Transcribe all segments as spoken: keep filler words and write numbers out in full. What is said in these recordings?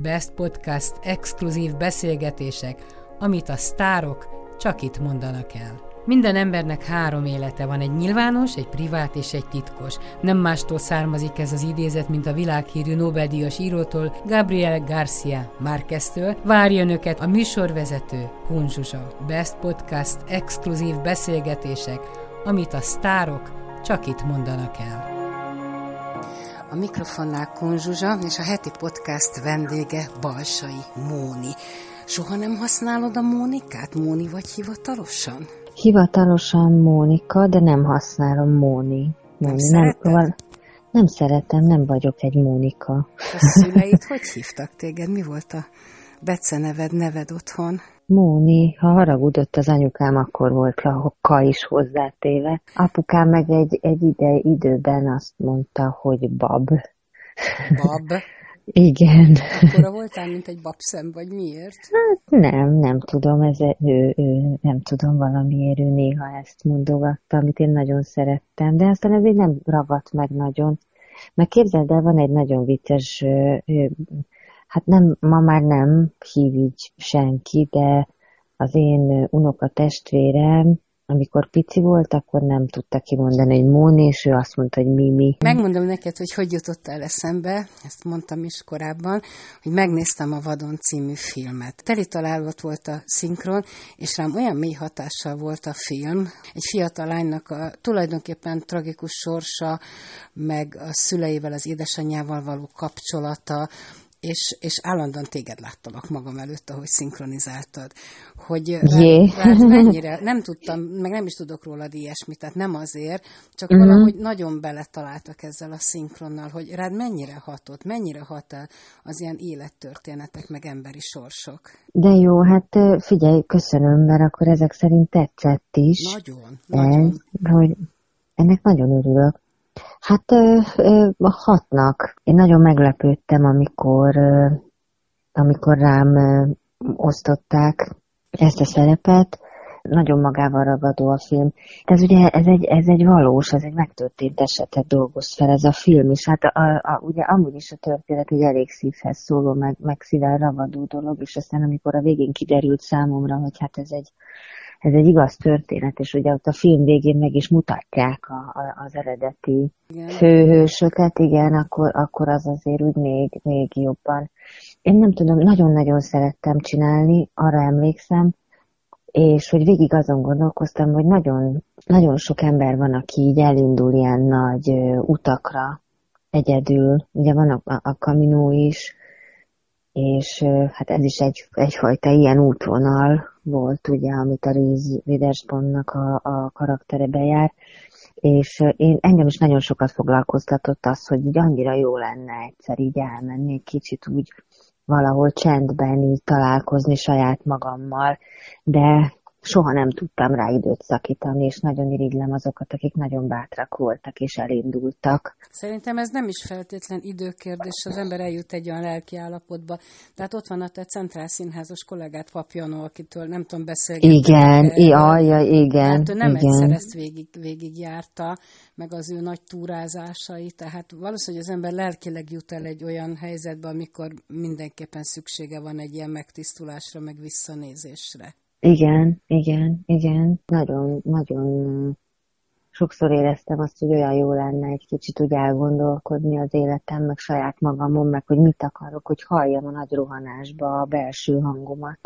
Best Podcast exkluzív beszélgetések, amit a sztárok csak itt mondanak el. Minden embernek három élete van, egy nyilvános, egy privát és egy titkos. Nem mástól származik ez az idézet, mint a világhírű Nobel-díjas írótól, Gabriel García Márqueztől. Várja önöket a műsorvezető, Kun Zsuzsa. Best Podcast exkluzív beszélgetések, amit a sztárok csak itt mondanak el. A mikrofonnál Kun Zsuzsa, és a heti podcast vendége Balsai Móni. Soha nem használod a Mónikát? Móni vagy hivatalosan? Hivatalosan Mónika, de nem használom Móni. Nem, nem, nem, nem szeretem, nem vagyok egy Mónika. A szüleid hogy hívtak téged? Mi volt a beceneved, neved otthon? Móni, ha haragudott az anyukám, akkor volt a Ka is hozzátéve. Apukám meg egy, egy ide, időben azt mondta, hogy Bab. Bab? Igen. Akkora voltál, mint egy babszem, vagy miért? Hát nem, nem tudom, ez, ő, ő, nem tudom, valamiért ő néha ezt mondogatta, amit én nagyon szerettem, de aztán ez így nem ragadt meg nagyon. Meg képzeld el, van egy nagyon vicces, ő, hát nem, ma már nem hív így senki, de az én unoka testvérem, amikor pici volt, akkor nem tudta kimondani, hogy Móni, és ő azt mondta, hogy Mimi. Megmondom neked, hogy hogy jutott el eszembe, ezt mondtam is korábban, hogy megnéztem a Vadon című filmet. Teli találat volt a szinkron, és rám olyan mély hatással volt a film. Egy fiatal lánynak a tulajdonképpen tragikus sorsa, meg a szüleivel, az édesanyjával való kapcsolata, És, és állandóan téged láttalak magam előtt, ahogy szinkronizáltad. Hogy rád, rád mennyire, nem tudtam, meg nem is tudok rólad ilyesmit, tehát nem azért, csak uh-huh. valahogy nagyon beletaláltak ezzel a szinkronnal, hogy rád mennyire hatott, mennyire hat el az ilyen élettörténetek, meg emberi sorsok. De jó, hát figyelj, köszönöm, mert akkor ezek szerint tetszett is. Nagyon, nagyon. Ez, hogy ennek nagyon örülök. Hát ö, ö, hatnak. Én nagyon meglepődtem, amikor, ö, amikor rám ö, osztották ezt a szerepet. Nagyon magával ragadó a film. Ez ugye ez egy, ez egy valós, ez egy megtörtént esetet dolgoz fel ez a film is. Hát a, a, ugye amúgy is a történet egy elég szívhez szóló, meg, meg szíven ragadó dolog, és aztán amikor a végén kiderült számomra, hogy hát ez egy Ez egy igaz történet, és ugye ott a film végén meg is mutatják a, a, az eredeti igen. főhősöket, igen, akkor, akkor az azért úgy még, még jobban. Én nem tudom, nagyon-nagyon szerettem csinálni, arra emlékszem, és hogy végig azon gondolkoztam, hogy nagyon, nagyon sok ember van, aki így elindul ilyen nagy utakra egyedül. Ugye van a, a, a Camino is, és hát ez is egy, egyfajta ilyen útvonal volt, ugye, amit a Reese Witherspoonnak a, a karaktere bejár, és én, engem is nagyon sokat foglalkoztatott az, hogy így annyira jó lenne egyszer így elmenni, egy kicsit úgy valahol csendben így találkozni saját magammal, de soha nem tudtam rá időt szakítani, és nagyon irigylem azokat, akik nagyon bátrak voltak és elindultak. Szerintem ez nem is feltétlen időkérdés, az ember eljut egy olyan lelki állapotba. Tehát ott van a te Centrál Színházos kollégát, Papjanó, akitől nem tudom beszélgetni. Igen, ja, igen. Tehát ő nem igen. egyszer ezt végig, végig járta, meg az ő nagy túrázásai, tehát valószínűleg az ember lelkileg jut el egy olyan helyzetbe, amikor mindenképpen szüksége van egy ilyen megtisztulásra, meg visszanézésre. Igen, igen, igen. Nagyon, nagyon sokszor éreztem azt, hogy olyan jó lenne egy kicsit úgy elgondolkodni az életem, meg saját magamon, meg hogy mit akarok, hogy halljam a nagy rohanásba a belső hangomat.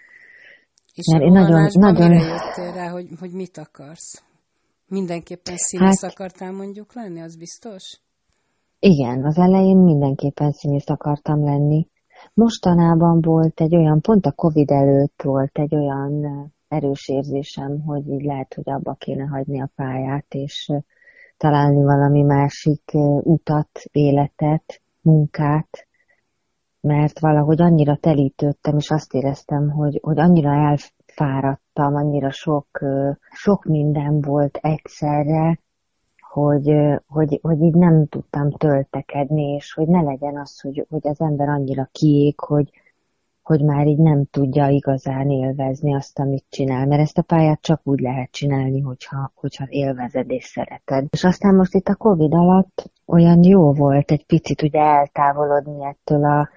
És mert a rohanásban nagyon, mire jöttél rá, hogy, hogy mit akarsz? Mindenképpen színész hát, akartál mondjuk lenni, az biztos? Igen, az elején mindenképpen színész akartam lenni. Mostanában volt egy olyan, pont a Covid előtt volt egy olyan erős érzésem, hogy így lehet, hogy abba kéne hagyni a pályát, és találni valami másik utat, életet, munkát, mert valahogy annyira telítődtem, és azt éreztem, hogy, hogy annyira elfáradtam, annyira sok, sok minden volt egyszerre, Hogy, hogy, hogy így nem tudtam töltekedni, és hogy ne legyen az, hogy, hogy az ember annyira kiég, hogy, hogy már így nem tudja igazán élvezni azt, amit csinál. Mert ezt a pályát csak úgy lehet csinálni, hogyha, hogyha élvezed és szereted. És aztán most itt a Covid alatt olyan jó volt egy picit ugye eltávolodni ettől a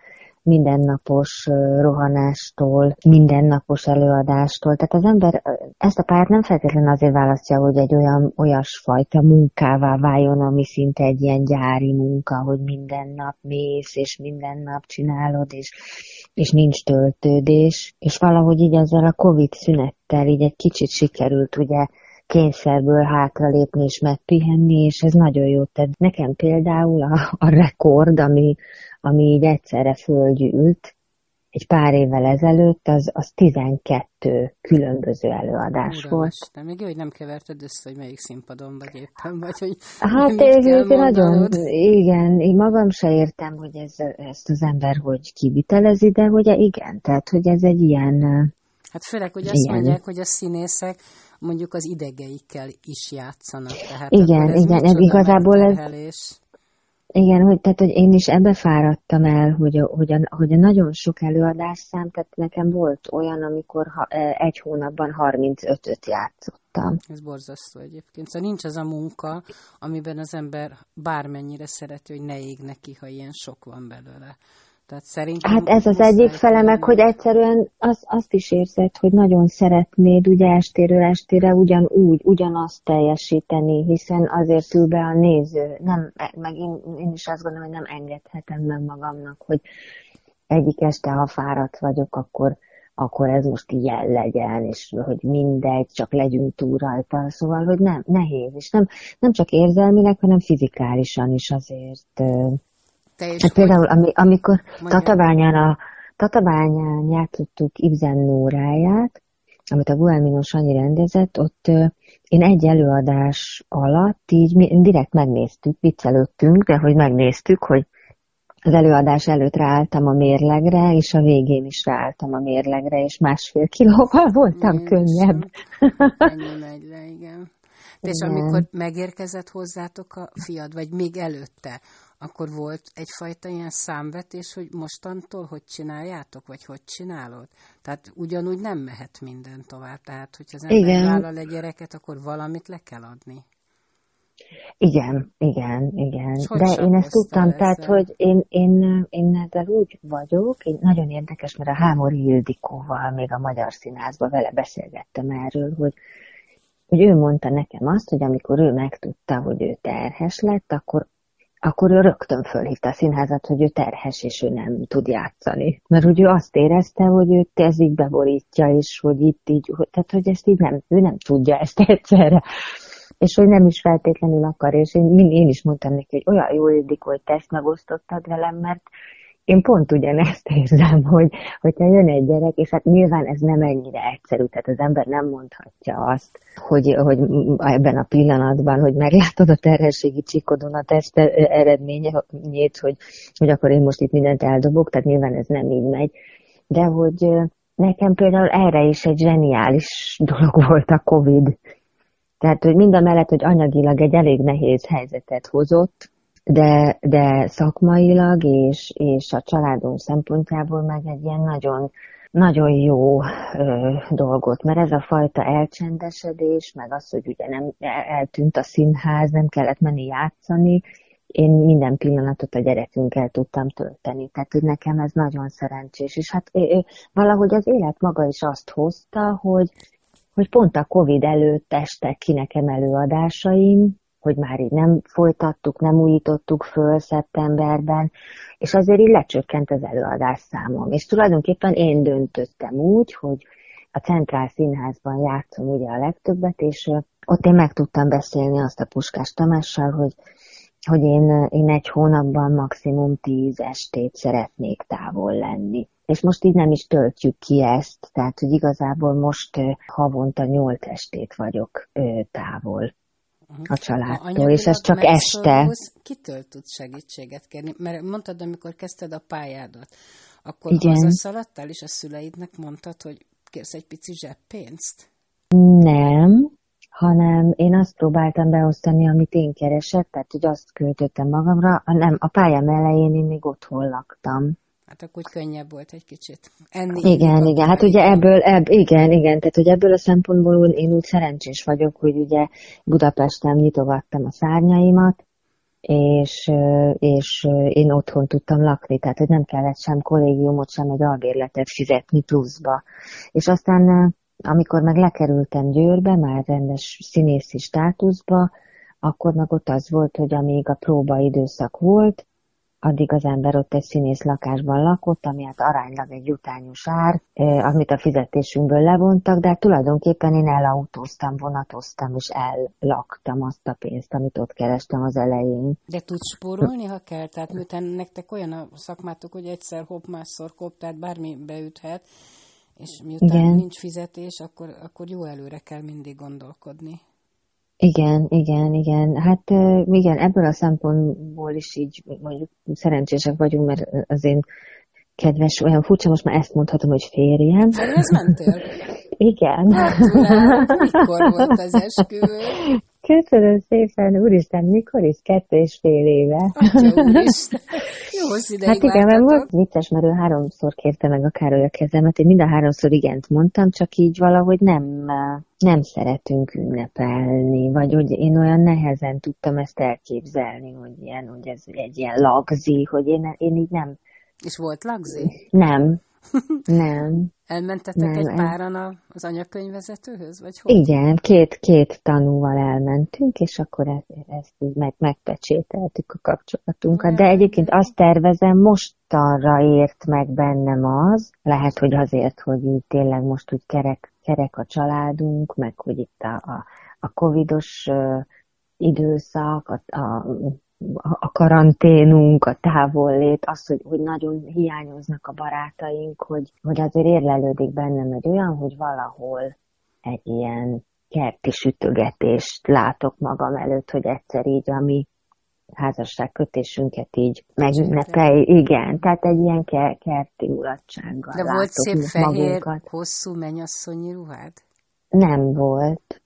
mindennapos rohanástól, mindennapos előadástól. Tehát az ember ezt a pályát nem feltétlenül azért választja, hogy egy olyan olyasfajta munkává váljon, ami szinte egy ilyen gyári munka, hogy minden nap mész, és minden nap csinálod, és, és nincs töltődés. És valahogy így ezzel a Covid szünettel így egy kicsit sikerült ugye kényszerből hátralépni és megpihenni, és ez nagyon jó tett. Nekem például a, a rekord, ami, ami így egyszerre földgyűlt egy pár évvel ezelőtt, az, az tizenkettő különböző előadás Ura, volt. De még jó, hogy nem keverted össze, hogy melyik színpadon vagy éppen, vagy hogy Hát én nagyon, igen, én magam se értem, hogy ez, ezt az ember hogy kivitelezi, de hogy igen, tehát hogy ez egy ilyen... Hát főleg, hogy azt ilyen. Mondják, hogy a színészek mondjuk az idegeikkel is játszanak. Tehát igen, ez igen, ez igazából ez... Igen, hogy, tehát, hogy én is ebbe fáradtam el, hogy a, hogy, a, hogy a nagyon sok előadásszám, tehát nekem volt olyan, amikor ha, egy hónapban harmincötöt játszottam. Ez borzasztó egyébként. Szóval nincs az a munka, amiben az ember bármennyire szereti, hogy ne ég neki, ha ilyen sok van belőle. Tehát szerintem hát ez az egyik fele, meg hogy egyszerűen az, azt is érzed, hogy nagyon szeretnéd ugye estéről estére ugyanúgy, ugyanazt teljesíteni, hiszen azért ül be a néző. Nem, meg én, én is azt gondolom, hogy nem engedhetem meg magamnak, hogy egyik este, ha fáradt vagyok, akkor, akkor ez most ilyen legyen, és hogy mindegy, csak legyünk túl rajta. Szóval, hogy nem, nehéz, és nem, nem csak érzelmileg, hanem fizikálisan is azért... Hát például, ami, amikor Tatabányán, a, Tatabányán játszottuk Ibsen Nóráját, amit a Guelmino Sanyi rendezett, ott uh, én egy előadás alatt így mi, direkt megnéztük, viccelődtünk, de hogy megnéztük, hogy az előadás előtt ráálltam a mérlegre, és a végén is ráálltam a mérlegre, és másfél kilóval voltam én könnyebb. Ennyi megy le, igen. De és amikor megérkezett hozzátok a fiad, vagy még előtte, akkor volt egyfajta ilyen számvetés, hogy mostantól hogy csináljátok, vagy hogy csinálod? Tehát ugyanúgy nem mehet minden tovább. Tehát, hogyha az ember igen. vállal egy gyereket, akkor valamit le kell adni. Igen, igen, igen. De én ezt tudtam, ezzel? Tehát, hogy én, én, én ezzel úgy vagyok, én nagyon érdekes, mert a Hámori Ildikóval még a Magyar Színházban vele beszélgettem erről, hogy hogy ő mondta nekem azt, hogy amikor ő megtudta, hogy ő terhes lett, akkor, akkor ő rögtön fölhívta a színházat, hogy ő terhes, és ő nem tud játszani. Mert hogy ő azt érezte, hogy őt ez így beborítja, és hogy itt így, tehát hogy ezt így nem, ő nem tudja ezt egyszerre. És hogy nem is feltétlenül akar, és én, én is mondtam neki, hogy olyan jó édik, hogy te ezt megosztottad velem, mert én pont ugyanezt érzem, hogy hogyha jön egy gyerek, és hát nyilván ez nem ennyire egyszerű, tehát az ember nem mondhatja azt, hogy, hogy ebben a pillanatban, hogy meglátod a terhességi csíkodon a teszt eredményét, hogy, hogy akkor én most itt mindent eldobok, tehát nyilván ez nem így megy. De hogy nekem például erre is egy zseniális dolog volt a Covid. Tehát, hogy mindamellett, hogy anyagilag egy elég nehéz helyzetet hozott, De, de szakmailag és, és a családom szempontjából meg egy ilyen nagyon, nagyon jó ö, dolgot, mert ez a fajta elcsendesedés, meg az, hogy ugye nem eltűnt a színház, nem kellett menni játszani, én minden pillanatot a gyerekünkkel tudtam tölteni, tehát hogy nekem ez nagyon szerencsés, és hát ö, valahogy az élet maga is azt hozta, hogy, hogy pont a Covid előtt estek ki nekem előadásaim, hogy már így nem folytattuk, nem újítottuk föl szeptemberben, és azért így lecsökkent az előadás számom. És tulajdonképpen én döntöttem úgy, hogy a Centrál Színházban játszom ugye a legtöbbet, és ott én meg tudtam beszélni azt a Puskás Tamással, hogy, hogy én, én egy hónapban maximum tíz estét szeretnék távol lenni. És most így nem is töltjük ki ezt, tehát hogy igazából most havonta nyolc estét vagyok távol a családtól, és ez csak este. Kitől tudsz segítséget kérni? Mert mondtad, amikor kezdted a pályádat, akkor igen. hazaszaladtál, és a szüleidnek mondtad, hogy kérsz egy pici zseppénzt? Nem, hanem én azt próbáltam beosztani, amit én keresek, tehát hogy azt költöttem magamra, nem, a pályám elején én még otthon laktam. Hát akkor könnyebb volt egy kicsit. Enni, igen, igen, hát ugye ebből, ebb, igen, igen, tehát hogy ebből a szempontból én úgy szerencsés vagyok, hogy ugye Budapesten nyitogattam a szárnyaimat, és, és én otthon tudtam lakni, tehát hogy nem kellett sem kollégiumot, sem egy albérletet fizetni pluszba. És aztán, amikor meg lekerültem Győrbe, már rendes színészi státuszba, akkor meg ott az volt, hogy amíg a próbaidőszak volt, addig az ember ott egy színész lakásban lakott, ami hát aránylag egy jutányos ár, amit a fizetésünkből levontak, de hát tulajdonképpen én elautóztam, vonatoztam, és ellaktam azt a pénzt, amit ott kerestem az elején. De tudsz spórolni, ha kell? Tehát miután nektek olyan a szakmátok, hogy egyszer hopp, másszor kop, tehát bármi beüthet, és miután igen. nincs fizetés, akkor, akkor jó előre kell mindig gondolkodni. Igen, igen, igen. Hát igen, ebből a szempontból is így mondjuk szerencsések vagyunk, mert az én kedves, olyan furcsa, most már ezt mondhatom, hogy férjem. Férjhez mentél? Igen. Hát, uram, mikor volt az esküvő? Köszönöm szépen, úristen, mikor is? Kettő és fél éve. Atya úristen, jó hossz ideig hát igen, mert volt vicces, mert ő háromszor kérte meg a Károly a kezemet, én mind a háromszor igent mondtam, csak így valahogy nem, nem szeretünk ünnepelni, vagy hogy én olyan nehezen tudtam ezt elképzelni, hogy, ilyen, hogy ez egy ilyen lagzi, hogy én, én így nem... És volt lagzi? Nem. Nem. Elmentetek nem, egy páran az anyakönyvvezetőhöz, vagy hogy? Igen, két, két tanúval elmentünk, és akkor ezt, ezt így meg, megpecsételtük a kapcsolatunkat. De egyébként azt tervezem, mostanra ért meg bennem az, lehet, hogy azért, hogy így tényleg most úgy kerek, kerek a családunk, meg hogy itt a, a, a covidos uh, időszak, a, a a karanténunk, a távollét, az, hogy, hogy nagyon hiányoznak a barátaink, hogy, hogy azért érlelődik bennem egy olyan, hogy valahol egy ilyen kerti sütögetést látok magam előtt, hogy egyszer így a mi házasságkötésünket így megünnepelj. Igen, tehát egy ilyen kerti mulatsággal. De volt szép fehér, magunkat. Hosszú mennyasszonyi ruhád? Nem volt.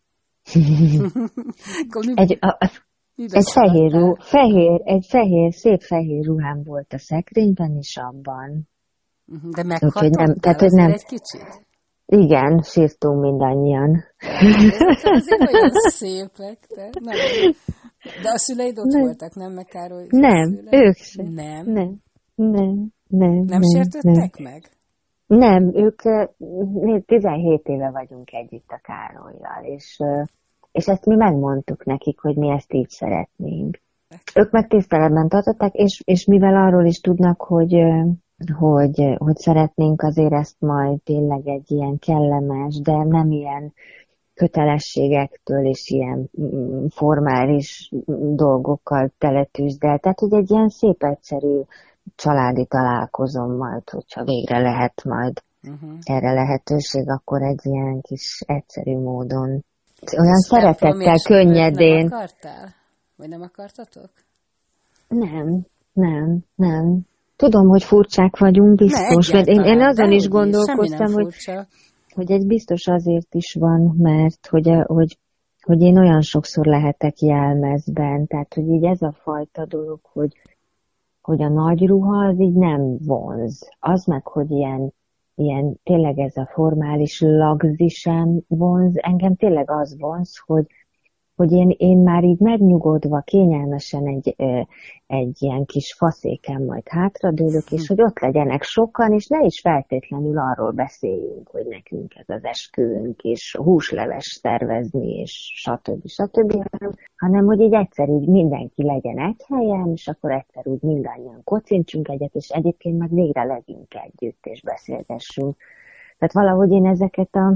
egy, a, a, Egy fehér, rú, fehér, egy fehér, szép fehér ruhám volt a szekrényben, és abban. De meghatott tehát, hogy nem, egy kicsit? Igen, sírtunk mindannyian. Ezek azért olyan szépek, te? Nem. De a szüleid ott nem. voltak, nem? Meg Károly nem, ők sem. Nem? Nem, nem, nem. Nem, nem sértődtek nem. meg? Nem, ők tizenhét éve vagyunk együtt a Károllyal, és... És ezt mi megmondtuk nekik, hogy mi ezt így szeretnénk. Ők meg tiszteletben tartották, és, és mivel arról is tudnak, hogy, hogy, hogy szeretnénk azért ezt majd tényleg egy ilyen kellemes, de nem ilyen kötelességektől és ilyen formális dolgokkal teletűzdel. Tehát, hogy egy ilyen szép, egyszerű családi találkozom majd, hogyha végre lehet majd uh-huh. erre lehetőség, akkor egy ilyen kis egyszerű módon olyan ezt szeretettel, könnyedén. Nem akartál? Vagy nem akartatok? Nem, nem, nem. Tudom, hogy furcsák vagyunk, biztos. Mert én, én azon is gondolkoztam, hogy, hogy egy biztos azért is van, mert hogy, hogy, hogy én olyan sokszor lehetek jelmezben. Tehát, hogy így ez a fajta dolog, hogy, hogy a nagy ruha az így nem vonz. Az meg, hogy ilyen ilyen tényleg ez a formális lagzi sem vonz, engem tényleg az vonz, hogy, hogy én, én már így megnyugodva, kényelmesen egy, egy ilyen kis faszéken majd hátradőlök, és hogy ott legyenek sokan, és ne is feltétlenül arról beszéljünk, hogy nekünk ez az esküvőnk, és húsleves szervezni, és stb. stb. Hanem, hogy így egyszer így mindenki legyen egy helyen, és akkor egyszer úgy mindannyian kocincsunk egyet, és egyébként meg végre legyünk együtt, és beszélgessünk. Tehát valahogy én ezeket a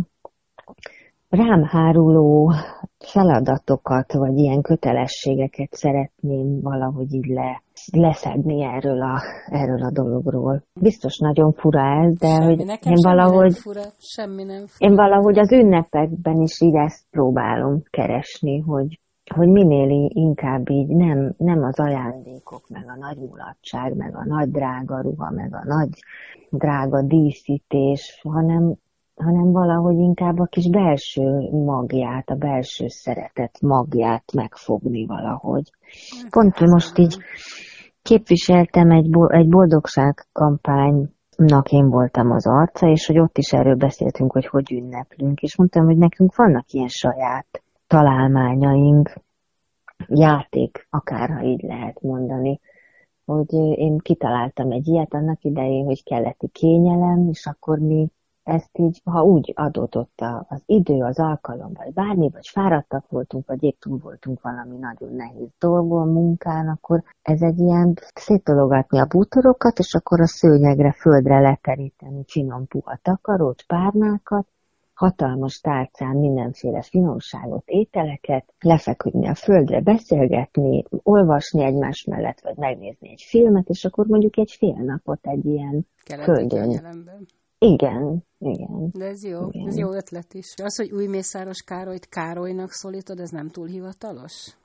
rám háruló feladatokat, vagy ilyen kötelességeket szeretném valahogy így le, leszedni erről a, erről a dologról. Biztos nagyon fura ez, de semmi, hogy én valahogy, nem fura, semmi nem fura. Én valahogy az ünnepekben is így ezt próbálom keresni, hogy, hogy minél inkább így nem, nem az ajándékok, meg a nagy mulatság, meg a nagy drága ruha, meg a nagy drága díszítés, hanem hanem valahogy inkább a kis belső magját, a belső szeretet magját megfogni valahogy. Pont most így képviseltem egy, egy boldogság kampánynak, én voltam az arca, és hogy ott is erről beszéltünk, hogy hogy ünneplünk, és mondtam, hogy nekünk vannak ilyen saját találmányaink, játék, akár ha így lehet mondani, hogy én kitaláltam egy ilyet annak idején, hogy keleti kényelem, és akkor mi ezt így, ha úgy adódott az idő, az alkalom, vagy bármi, vagy fáradtak voltunk, vagy épp túl voltunk valami nagyon nehéz dolgon, munkán, akkor ez egy ilyen széttologatni a bútorokat, és akkor a szőnyegre, földre leteríteni finom puha takarót, párnákat, hatalmas tálcán mindenféle finomságot, ételeket, lefeküdni a földre, beszélgetni, olvasni egymás mellett, vagy megnézni egy filmet, és akkor mondjuk egy fél napot egy ilyen keleti földön. kényelemben. Igen, igen. De ez jó, igen. ez jó ötlet is. Az, hogy Újmészáros Károlyt Károlynak szólítod, ez nem túl hivatalos?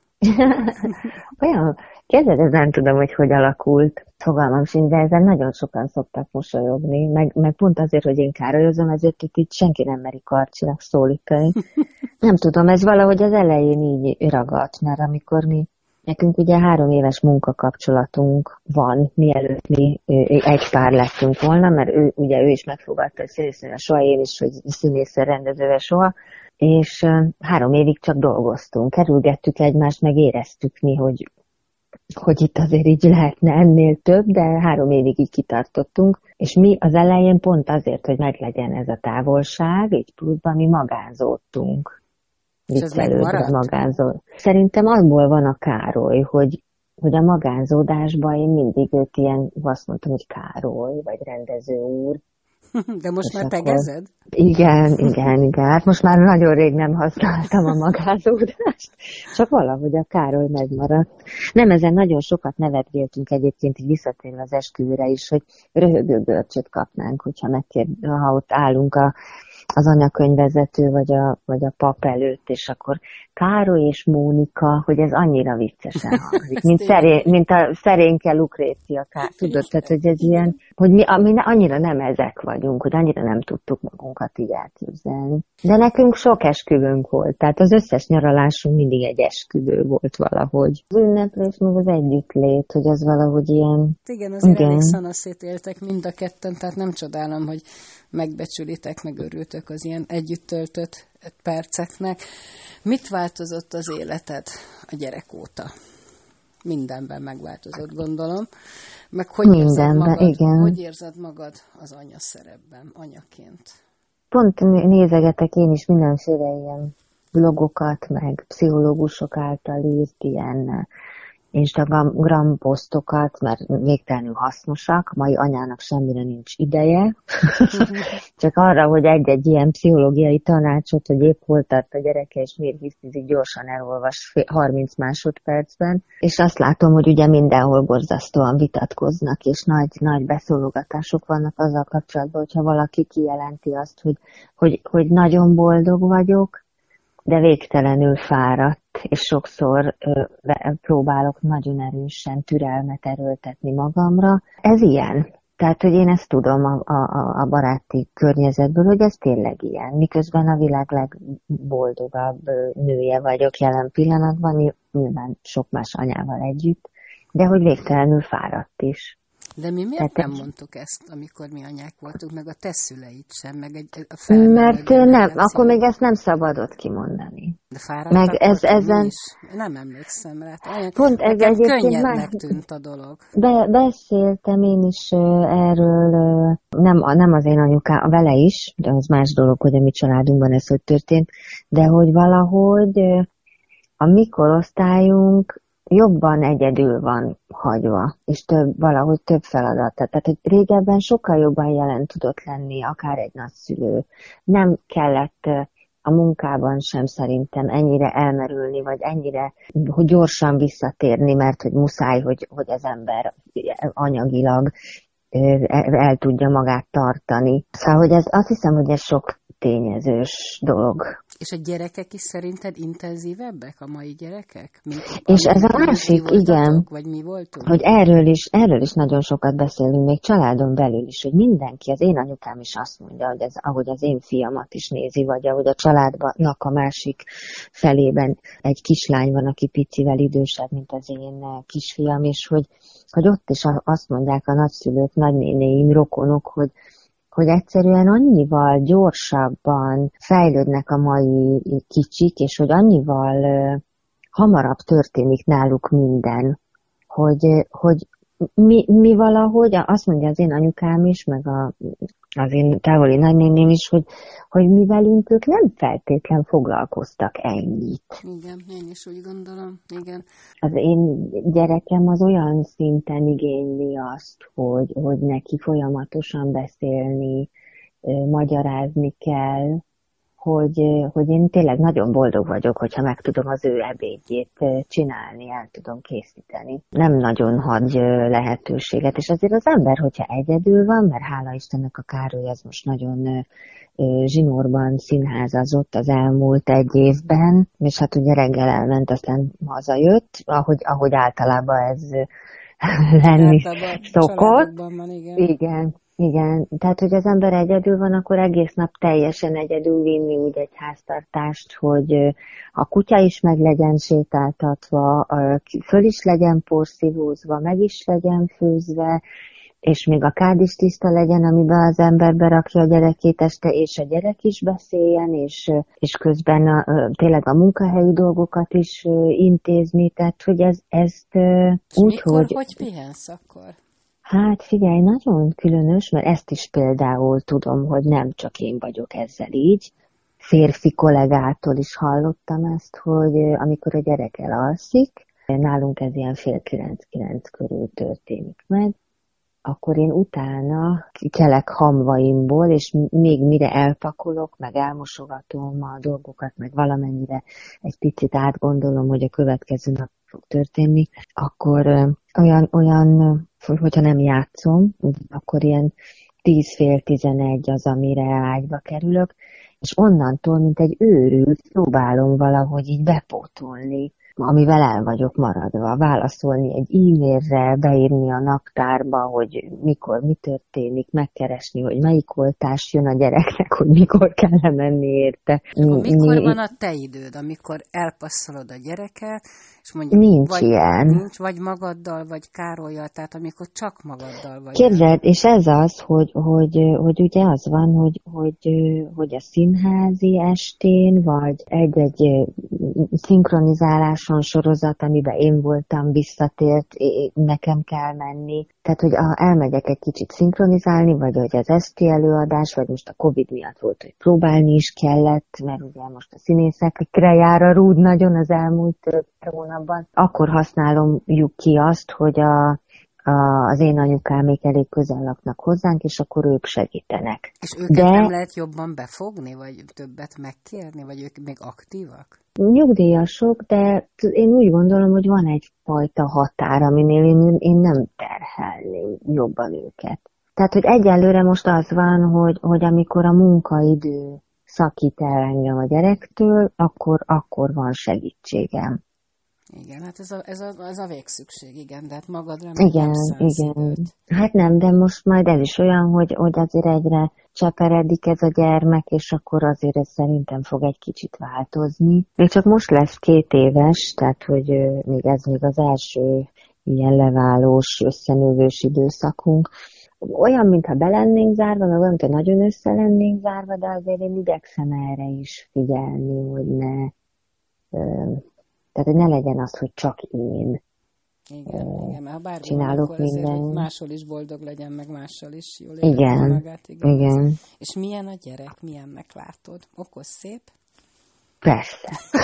Olyan, kezded, ez nem tudom, hogy hogy alakult. Fogalmam sincs, de ezen nagyon sokan szoktak mosolyogni, meg, meg pont azért, hogy én károlyozom, ezért itt, itt senki nem meri Karcsinak szólítani. Nem tudom, ez valahogy az elején így ragadt, mert amikor mi, nekünk ugye három éves munkakapcsolatunk van, mielőtt mi egy pár lettünk volna, mert ő, ugye ő is megfogadta, hogy színésznővel soha, én is, hogy színésszel, rendezővel soha, és három évig csak dolgoztunk, kerülgettük egymást, meg éreztük mi, hogy, hogy itt azért így lehetne ennél több, de három évig így kitartottunk, és mi az elején pont azért, hogy meglegyen ez a távolság, így pluszban mi magázódtunk. Viccelődve magázol. Szerintem abból van a Károly, hogy, hogy a magázódásban én mindig őt ilyen, azt mondtam, hogy Károly, vagy rendező úr. De most már tegezed? Igen, igen, igen. Hát most már nagyon rég nem használtam a magázódást, csak valahogy a Károly megmaradt. Nem, ezen nagyon sokat nevetgéltünk egyébként, így visszatérve az esküvőre is, hogy röhögő görcsöt kapnánk, hogyha megkér, ha ott állunk a az anyakönyvvezető vagy a, vagy a pap előtt, és akkor Károly és Mónika, hogy ez annyira viccesen hangzik, mint, szeré, mint a szerénke Lukrécia, tudod, tehát hogy ez ilyen, hogy mi, mi annyira nem ezek vagyunk, hogy annyira nem tudtuk magunkat így elképzelni. De nekünk sok esküvőnk volt, tehát az összes nyaralásunk mindig egy esküvő volt valahogy. Az ünneplés meg az együttlét, hogy az valahogy ilyen... Igen, azért igen. Elég szanaszét éltek mind a ketten, tehát nem csodálom, hogy megbecsülitek, meg örültök az ilyen együtt töltött perceknek. Mit változott az életed a gyerek óta? Mindenben megváltozott, gondolom. Meg hogy Mindenben, érzed magad, igen. Hogy érzed magad az anya szerepben, anyaként? Pont nézegetek én is mindenféle ilyen blogokat, meg pszichológusok által írt ilyen Instagram posztokat, mert végtelenül hasznosak, mai anyának semmire nincs ideje, csak arra, hogy egy-egy ilyen pszichológiai tanácsot, hogy épp hol tart a gyereke, és miért hisztizik, gyorsan elolvas harminc másodpercben, és azt látom, hogy ugye mindenhol borzasztóan vitatkoznak, és nagy, nagy beszólogatások vannak azzal kapcsolatban, hogyha valaki kijelenti azt, hogy, hogy, hogy nagyon boldog vagyok, de végtelenül fáradt, és sokszor ö, próbálok nagyon erősen türelmet erőltetni magamra. Ez ilyen. Tehát, hogy én ezt tudom a, a, a baráti környezetből, hogy ez tényleg ilyen. Miközben a világ legboldogabb nője vagyok jelen pillanatban, nyilván sok más anyával együtt, de hogy végtelenül fáradt is. De mi miért Tehát nem mondtuk ezt, amikor mi anyák voltunk, meg a te szüleid sem, meg egy a felmenő Mert nem, akkor még ezt nem szabadott kimondani. De fáradtak, meg ez, ezen... is? Nem emlékszem rá. Olyan, pont ez egyébként könnyednek tűnt a dolog. Be, beszéltem én is erről, nem, nem az én anyukám, vele is, de az más dolog, hogy a mi családunkban ez hogy történt, de hogy valahogy a mi korosztályunk jobban egyedül van hagyva, és több, valahogy több feladat. Tehát, hogy régebben sokkal jobban jelen tudott lenni akár egy nagyszülő. Nem kellett a munkában sem szerintem ennyire elmerülni, vagy ennyire, hogy gyorsan visszatérni, mert hogy muszáj, hogy, hogy az ember anyagilag el tudja magát tartani. Szóval, hogy ez, azt hiszem, hogy ez sok tényezős dolog. És a gyerekek is szerinted intenzívebbek, a mai gyerekek? Mint és ez a másik, igen, vagy mi voltunk? Hogy erről is, erről is nagyon sokat beszélünk, még családon belül is, hogy mindenki, az én anyukám is azt mondja, hogy ez, ahogy az én fiamat is nézi, vagy ahogy a családnak a másik felében egy kislány van, aki picivel idősebb, mint az én kisfiam, és hogy, hogy ott is azt mondják a nagyszülők, nagynénéim, rokonok, hogy hogy egyszerűen annyival gyorsabban fejlődnek a mai kicsik, és hogy annyival hamarabb történik náluk minden, hogy, hogy mi, mi valahogy, azt mondja az én anyukám is, meg a, az én távoli nagynéném is, hogy, hogy mi velünk ők nem feltétlen foglalkoztak ennyit. Igen, én is úgy gondolom, igen. Az én gyerekem az olyan szinten igényli azt, hogy, hogy neki folyamatosan beszélni, magyarázni kell, hogy, hogy én tényleg nagyon boldog vagyok, hogyha meg tudom az ő ebédjét csinálni, el tudom készíteni. Nem nagyon hagy lehetőséget, és azért az ember, hogyha egyedül van, mert hála Istennek a Károly az most nagyon zsinórban színházazott az elmúlt egy évben, és hát ugye reggel elment, aztán hazajött, ahogy, ahogy általában ez lenni szokott. Van, igen. igen. Igen, tehát, hogy az ember egyedül van, akkor egész nap teljesen egyedül vinni úgy egy háztartást, hogy a kutya is meg legyen sétáltatva, föl is legyen porszívózva, meg is legyen főzve, és még a kád is tiszta legyen, amiben az ember berakja a gyerekét este, és a gyerek is beszéljen, és, és közben a, tényleg a munkahelyi dolgokat is intézni, tehát, hogy ez, ezt úgy, mikor, hogy... hogy pihensz akkor? Hát figyelj, nagyon különös, mert ezt is például tudom, hogy nem csak én vagyok ezzel így. Férfi kollégától is hallottam ezt, hogy amikor a gyerek elalszik, nálunk ez ilyen fél kilenc-kilenc körül történik meg, akkor én utána kelek hamvaimból, és még mire elpakolok, meg elmosogatom a dolgokat, meg valamennyire egy picit átgondolom, hogy a következő nap fog történni, akkor olyan, olyan, hogyha nem játszom, akkor ilyen tíz fél tizenegy az, amire ágyba kerülök, és onnantól, mint egy őrült, próbálom valahogy így bepótolni, amivel el vagyok maradva, válaszolni egy e-mailre, beírni a naptárba, hogy mikor mi történik, megkeresni, hogy melyik oltás jön a gyereknek, hogy mikor kell menni érte. Akkor mikor van a te időd, amikor elpasszolod a gyereket, és mondjuk nincs vagy, ilyen. Nincs, vagy magaddal, vagy Károlyjal, tehát amikor csak magaddal vagy. Képzeld, és ez az, hogy, hogy, hogy ugye az van, hogy, hogy, hogy a színházi estén, vagy egy-egy szinkronizáláson sorozat, amiben én voltam, visszatért, nekem kell menni. Tehát, hogy elmegyek egy kicsit szinkronizálni, vagy hogy az esti előadás, vagy most a Covid miatt volt, hogy próbálni is kellett, mert ugye most a színészekre jár a rúd nagyon az elmúlt hónapban. Akkor használom ki azt, hogy a, a, az én anyukámék elég közel laknak hozzánk, és akkor ők segítenek. És őket De... nem lehet jobban befogni, vagy többet megkérni, vagy ők még aktívak? Nyugdíjasok, de én úgy gondolom, hogy van egyfajta határ, aminél én, én nem terhelném jobban őket. Tehát, hogy egyelőre most az van, hogy, hogy amikor a munkaidő szakít el engem a gyerektől, akkor, akkor van segítségem. Igen, hát ez a, ez a, ez a végszükség, igen, de hát magadra igen, nem szánsz igen. időt. Hát nem, de most majd ez is olyan, hogy, hogy azért egyre cseperedik ez a gyermek, és akkor azért ez szerintem fog egy kicsit változni. Még csak most lesz két éves, tehát hogy még ez még az első ilyen leválós, összenővős időszakunk. Olyan, mintha be lennénk zárva, meg olyan, mintha nagyon össze lennénk zárva, de azért én igyekszem erre is figyelni, hogy ne... Tehát, hogy ne legyen az, hogy csak én igen, uh, igen, mert ha bármi csinálok van, akkor minden. Azért, máshol is boldog legyen, meg mással is jól érzi igen, magát. Igen, igen. És milyen a gyerek? Milyennek látod? Okos, szép? Persze.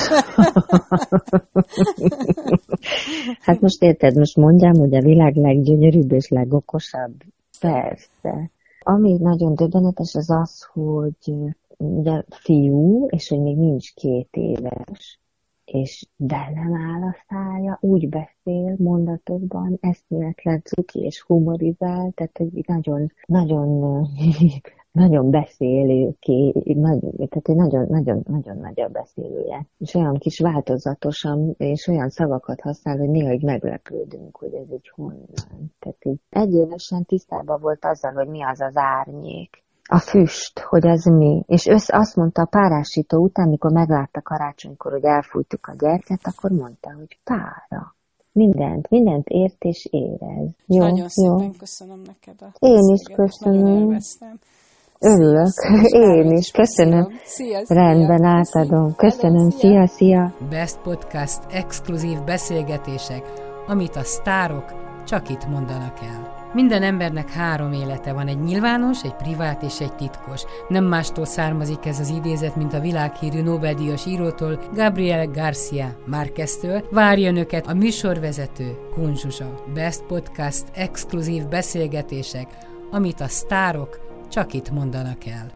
Hát most érted, most mondjam, hogy a világ leggyönyörűbb és legokosabb. Persze. Ami nagyon döbbenetes az az, hogy ugye fiú, és hogy még nincs két éves, és bennem áll a szája, úgy beszél mondatokban, eszméletlen cuki és humorizál, tehát hogy nagyon, nagyon, nagyon beszélő, nagyon, tehát egy nagyon, nagyon, nagyon nagy a beszélője. És olyan kis változatosan, és olyan szavakat használ, hogy néha így meglepődünk, hogy ez így honnan. Tehát így egyévesen tisztában volt azzal, hogy mi az az árnyék. A füst, hogy az mi. És össz, azt mondta a párásító után, mikor meglátta karácsonykor, hogy elfújtuk a gyertyát, akkor mondta, hogy pára. Mindent, mindent ért és érez. Jó, nagyon jó. szépen köszönöm neked a Én is köszönöm. Nagyon élveztem. Örülök. Én is. Köszönöm. Szia, szia. Rendben, átadom. Köszönöm. Szia, szia. Best Podcast exkluzív beszélgetések, amit a sztárok csak itt mondanak el. Minden embernek három élete van, egy nyilvános, egy privát és egy titkos. Nem mástól származik ez az idézet, mint a világhírű Nobel-díjas írótól, Gabriel García Márqueztől. Várja önöket a műsorvezető, Kun Zsuzsa. Best Podcast exkluzív beszélgetések, amit a sztárok csak itt mondanak el.